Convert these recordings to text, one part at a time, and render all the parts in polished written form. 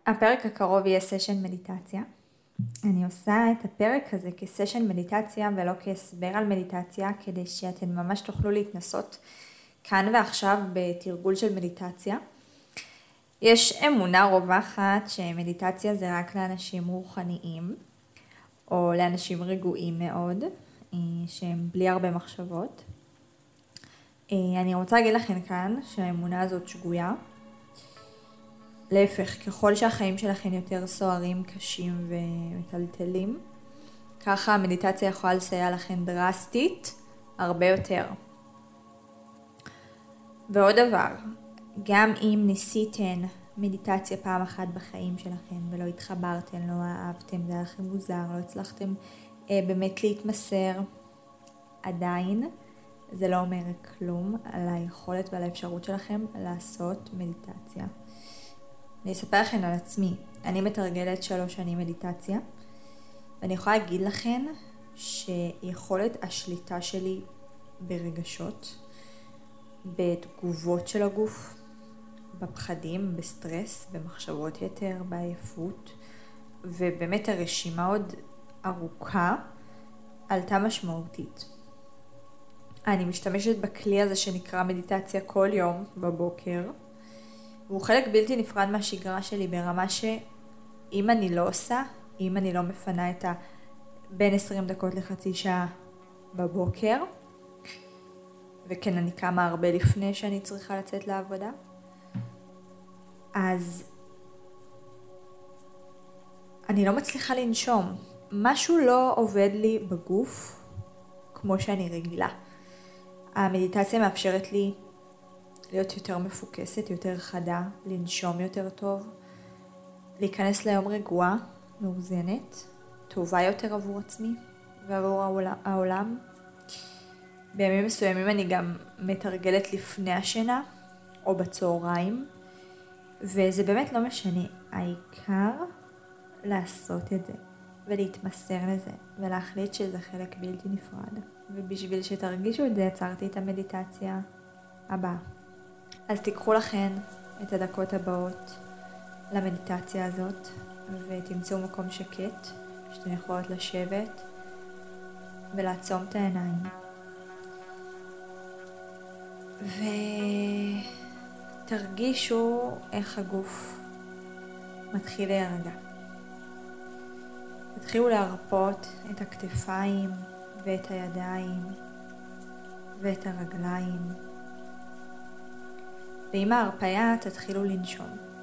הפרק הקרוב יהיה סשן מדיטציה. אני עושה את הפרק הזה כסשן מדיטציה ולא כהסבר על מדיטציה, כדי שאתן ממש תוכלו להתנסות כאן ועכשיו בתרגול של מדיטציה. יש אמונה רווחת שמדיטציה זה רק לאנשים רוחניים, או לאנשים רגועים מאוד, שהם בלי הרבה מחשבות. אני רוצה להגיד לכם כאן שהאמונה הזאת שגויה. להפך, ככל שהחיים שלכם יותר סוערים, קשים ומטלטלים, ככה המדיטציה יכולה לסייע לכם דרסטית הרבה יותר. ועוד דבר, גם אם ניסיתן מדיטציה פעם אחת בחיים שלכם ולא התחברתן, לא אהבתם, זה היה לכם מוזר, לא הצלחתם באמת להתמסר, עדיין זה לא אומר כלום על היכולת ועל האפשרות שלכם לעשות מדיטציה. אני אספר לכם על עצמי. אני מתרגלת 3 שנים מדיטציה, ואני יכולה להגיד לכם שיכולת השליטה שלי ברגשות, בתגובות של הגוף, בפחדים, בסטרס, במחשבות יתר, בעייפות, ובאמת הרשימה עוד ארוכה, עלתה משמעותית. אני משתמשת בכלי הזה שנקרא מדיטציה כל יום בבוקר, והוא חלק בלתי נפרד מהשגרה שלי, ברמה שאם אני לא עושה, אם אני לא מפנה את בין 20 דקות לחצי שעה בבוקר, וכן אני קמה הרבה לפני שאני צריכה לצאת לעבודה, אז אני לא מצליחה לנשום. משהו לא עובד לי בגוף כמו שאני רגילה. המדיטציה מאפשרת לי להיות יותר מפוקסת, יותר חדה, לנשום יותר טוב, להיכנס ליום רגועה, מאוזנת, טובה יותר עבור עצמי ועבור העולם. בימים מסוימים אני גם מתרגלת לפני השינה או בצהריים, וזה באמת לא משנה. העיקר לעשות את זה ולהתמסר לזה ולהחליט שזה חלק בלתי נפרד. ובשביל שתרגישו את זה יצרתי את המדיטציה הבאה. אז תיקחו לכן את הדקות הבאות למדיטציה הזאת ותמצאו מקום שקט שאתן יכולות לשבת ולעצום את העיניים. ותרגישו איך הגוף מתחיל להירגע. תתחילו להרפות את הכתפיים ואת הידיים ואת הרגליים. ועם ההרפאיה תתחילו לנשום.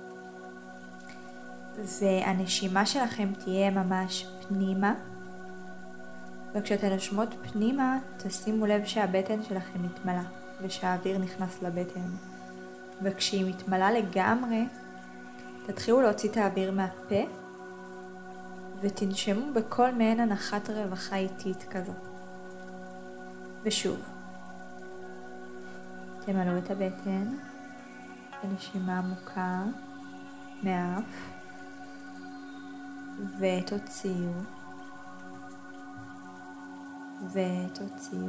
והנשימה שלכם תהיה ממש פנימה. וכשאתן נושמות פנימה, תשימו לב שהבטן שלכם מתמלא, ושהאוויר נכנס לבטן. וכשהיא מתמלא לגמרי, תתחילו להוציא את האוויר מהפה, ותנשמו בכל מעין הנחת רווחה איטית כזו. ושוב, תמלאו את הבטן, בנשימה עמוקה מהאף, ותוציאו, ותוציאו.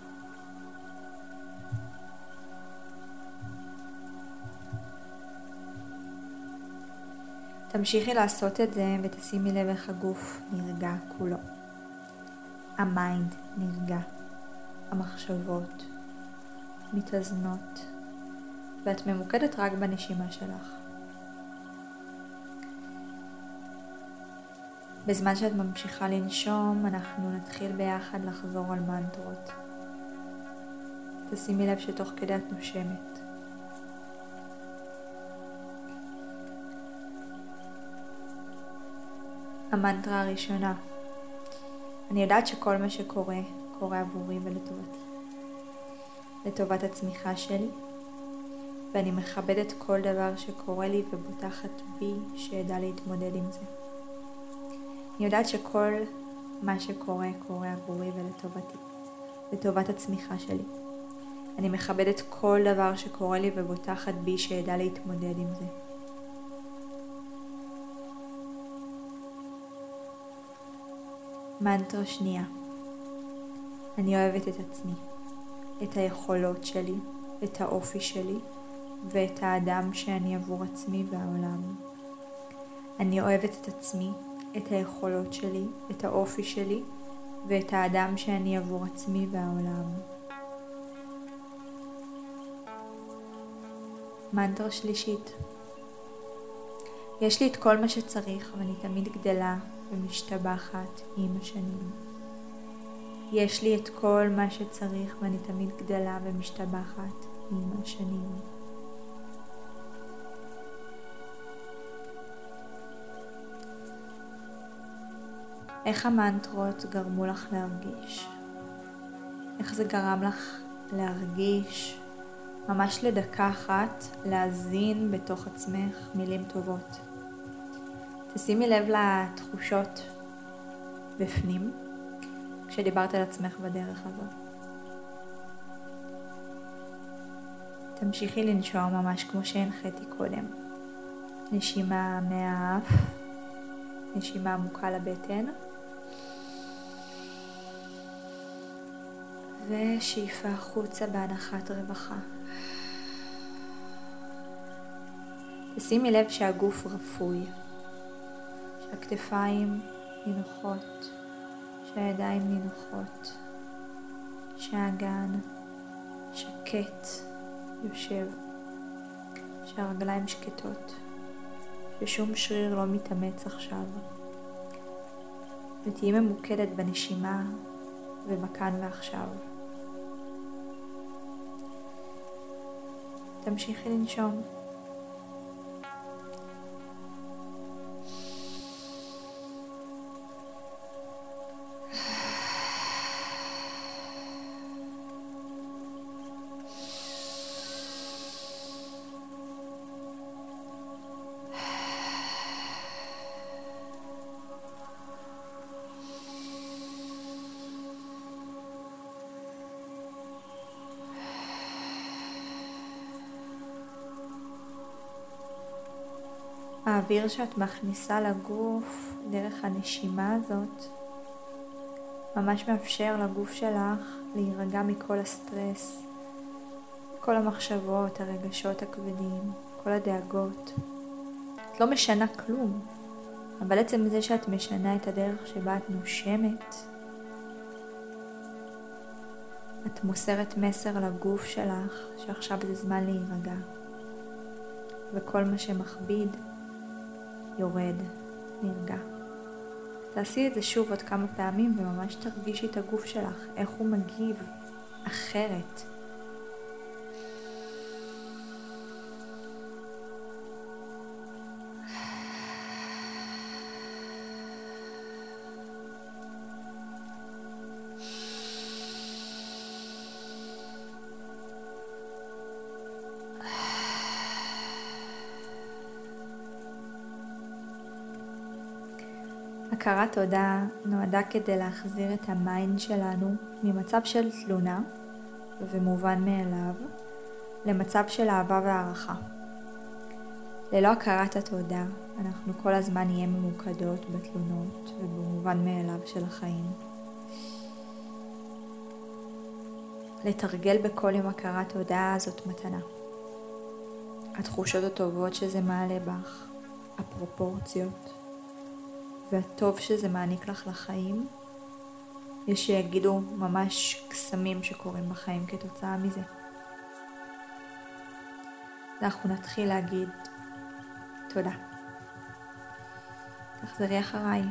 תמשיכי לעשות את זה ותשימי לב איך הגוף נרגע כולו. המיינד נרגע, המחשבות מתאזנות, ואת ממוקדת רק בנשימה שלך. בזמן שאת ממשיכה לנשום, אנחנו נתחיל ביחד לחזור על מנטרות. תשימי לב שתוך כדי את נושמת. המנטרה הראשונה. אני יודעת שכל מה שקורה, קורה עבורי ולטובתי. לטובת הצמיחה שלי. ואני מכבדת כל דבר שקורה לי ובוטחת בי שידע להתמודד עם זה. אני יודעת שכל מה שקורה, קורה עבורי ולטובתי. לטובת הצמיחה שלי. אני מכבדת כל דבר שקורה לי ובוטחת בי שידע להתמודד עם זה. מנטרה שנייה. אני אוהבת את עצמי, את היכולות שלי, את האופי שלי ואת האדם שאני עבור עצמי והעולם. אני אוהבת את עצמי, את היכולות שלי, את האופי שלי ואת האדם שאני עבור עצמי והעולם. מנטרה שלישית. יש לי את כל מה שצריך ואני תמיד גדלה ומשתבחת עם השנים. יש לי את כל מה שצריך ואני תמיד גדלה ומשתבחת עם השנים. איך המנטרות גרמו לך להרגיש? איך זה גרם לך להרגיש ממש לדקה אחת להזין בתוך עצמך מילים טובות? תשימי לב לתחושות בפנים כשדיברת על עצמך בדרך הזו. תמשיכי לנשום ממש כמו שהנחיתי קודם. נשימה מהאף, נשימה עמוקה לבטן, ושאיפה החוצה בהנחת רווחה. תשימי לב שהגוף רפוי, שהכתפיים נינוחות, שהידיים נינוחות, שהאגן שקט יושב, שהרגליים שקטות, ששום שריר לא מתאמץ עכשיו, ותהיי ממוקדת בנשימה ובכאן ועכשיו. תמשיכי לנשום. האוויר שאת מכניסה לגוף דרך הנשימה הזאת ממש מאפשר לגוף שלך להירגע מכל הסטרס, כל המחשבות, הרגשות הכבדים, כל הדאגות. את לא משנה כלום, אבל עצם זה שאת משנה את הדרך שבה את נושמת, את מוסרת מסר לגוף שלך שעכשיו זה זמן להירגע, וכל מה שמכביד יורד, נרגע. תעשי את זה שוב עוד כמה פעמים וממש תרגישי את הגוף שלך, איך הוא מגיב אחרת. הכרת תודה נועדה כדי להחזיר את המיינד שלנו ממצב של תלונה ומובן מאליו למצב של אהבה והערכה. ללא הכרת התודה אנחנו כל הזמן נהיה ממוקדות בתלונות ובמובן מאליו של החיים. לתרגל בכל יום הכרת תודה זאת מתנה. התחושות הטובות שזה מעלה בך, הפרופורציות והטוב שזה מעניק לך לחיים, יש שיגידו ממש קסמים שקורים בחיים כתוצאה מזה. אנחנו נתחיל להגיד תודה. תחזרי אחריי.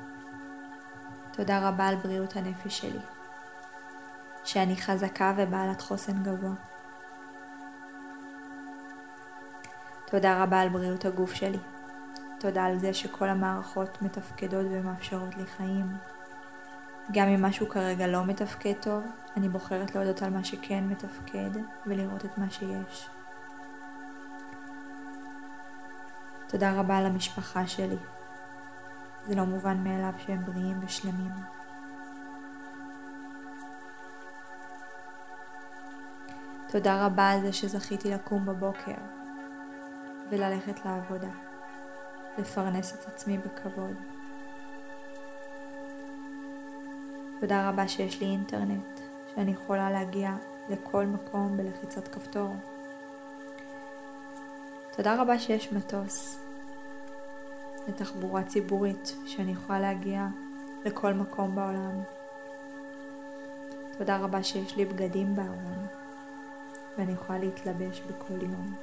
תודה רבה על בריאות הנפש שלי, שאני חזקה ובעלת חוסן גבוה. תודה רבה על בריאות הגוף שלי. תודה על זה שכל המערכות מתפקדות ומאפשרות לי חיים. גם אם משהו כרגע לא מתפקד טוב, אני בוחרת להודות על מה שכן מתפקד ולראות את מה שיש. תודה רבה על המשפחה שלי. זה לא מובן מאליו שהם בריאים ושלמים. תודה רבה על זה שזכיתי לקום בבוקר וללכת לעבודה. לפרנס את עצמי בכבוד. תודה רבה שיש לי אינטרנט, שאני יכולה להגיע לכל מקום בלחיצת כפתור. תודה רבה שיש מטוס. לתחבורה ציבורית, שאני יכולה להגיע לכל מקום בעולם. תודה רבה שיש לי בגדים בארון, ואני יכולה להתלבש בכל יום.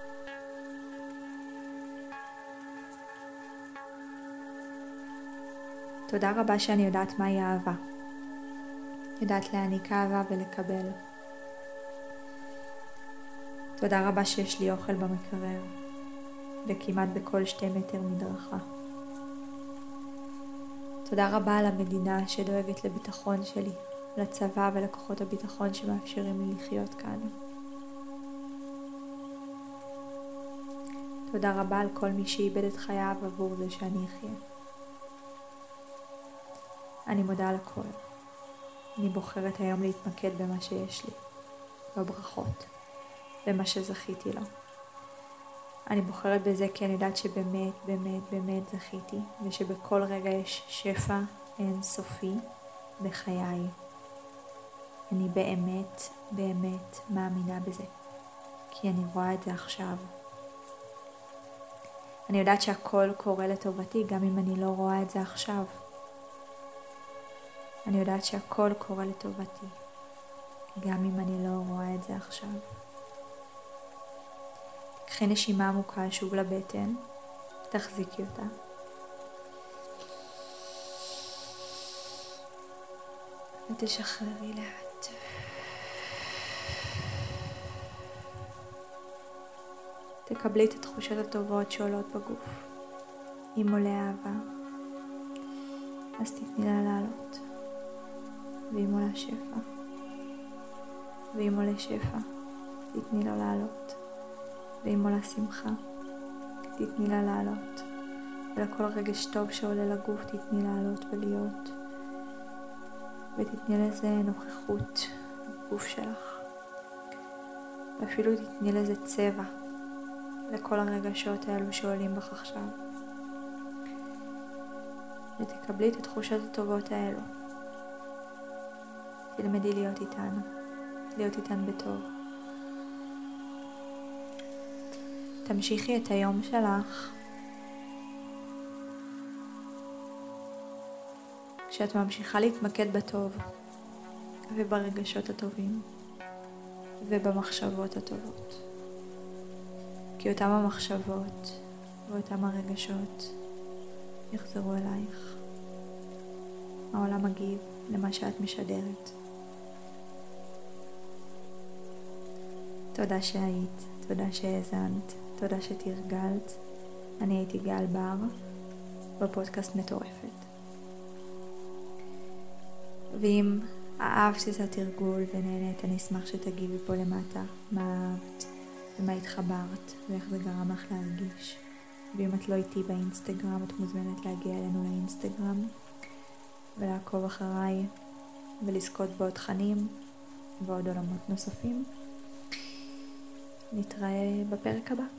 תודה רבה שאני יודעת מהי אהבה. יודעת להעניק אהבה ולקבל. תודה רבה שיש לי אוכל במקרר, וכמעט בכל 2 מטר מדרכה. תודה רבה על המדינה שדואגת לביטחון שלי, לצבא ולכוחות הביטחון שמאפשרים לי לחיות כאן. תודה רבה על כל מי שאיבד את חייו עבור זה שאני אחיה. אני מודה על הכל. אני בוחרת היום להתמקד במה שיש לי, בברכות, במה שזכיתי לו. אני בוחרת בזה כי אני יודעת שבאמת, באמת, באמת זכיתי, ושבכל רגע יש שפע אינסופי בחיי. אני באמת, באמת מאמינה בזה, כי אני רואה את זה עכשיו. אני יודעת שהכל קורה לטובתי, גם אם אני לא רואה את זה עכשיו. אני יודעת שהכל קורה לטובתי, גם אם אני לא רואה את זה עכשיו. תקחי נשימה עמוקה שוב לבטן, תחזיקי אותה. ותשחררי לאט. תקבלי את התחושות הטובות שעולות בגוף. אם עולה אהבה, אז תתני לה לעלות. ואם עולה שפע, ואם עולה שפע, תתני לו לעלות. ואם עולה שמחה, תתני לה לעלות. ולכל רגש טוב שעולה לגוף, תתני לעלות ולהיות. ותתני לזה נוכחות בגוף שלך. ואפילו תתני לזה צבע, לכל הרגשות האלו שעולים בך עכשיו. ותקבלי את התחושות הטובות האלו. תלמדי להיות איתן, להיות איתן בטוב. תמשיכי את היום שלך. כשאת ממשיכה להתמקד בטוב, וברגשות הטובים, ובמחשבות הטובות. כי אותם המחשבות ואותם הרגשות יחזרו אלייך. העולם מגיב למה שאת משדרת. תודה שהיית, תודה שהאזנת, תודה שתרגלת. אני הייתי גל בר, בפודקאסט מטורפת. ואם אהבת את התרגול ונהנית, אני אשמח שתגיבי פה למטה מה אהבת ומה התחברת ואיך זה גרם לך להרגיש. ואם את לא איתי באינסטגרם, את מוזמנת להגיע אלינו לאינסטגרם ולעקוב אחריי ולזכות בעוד תכנים ועוד עולמות נוספים. נתראה בפרק הבא.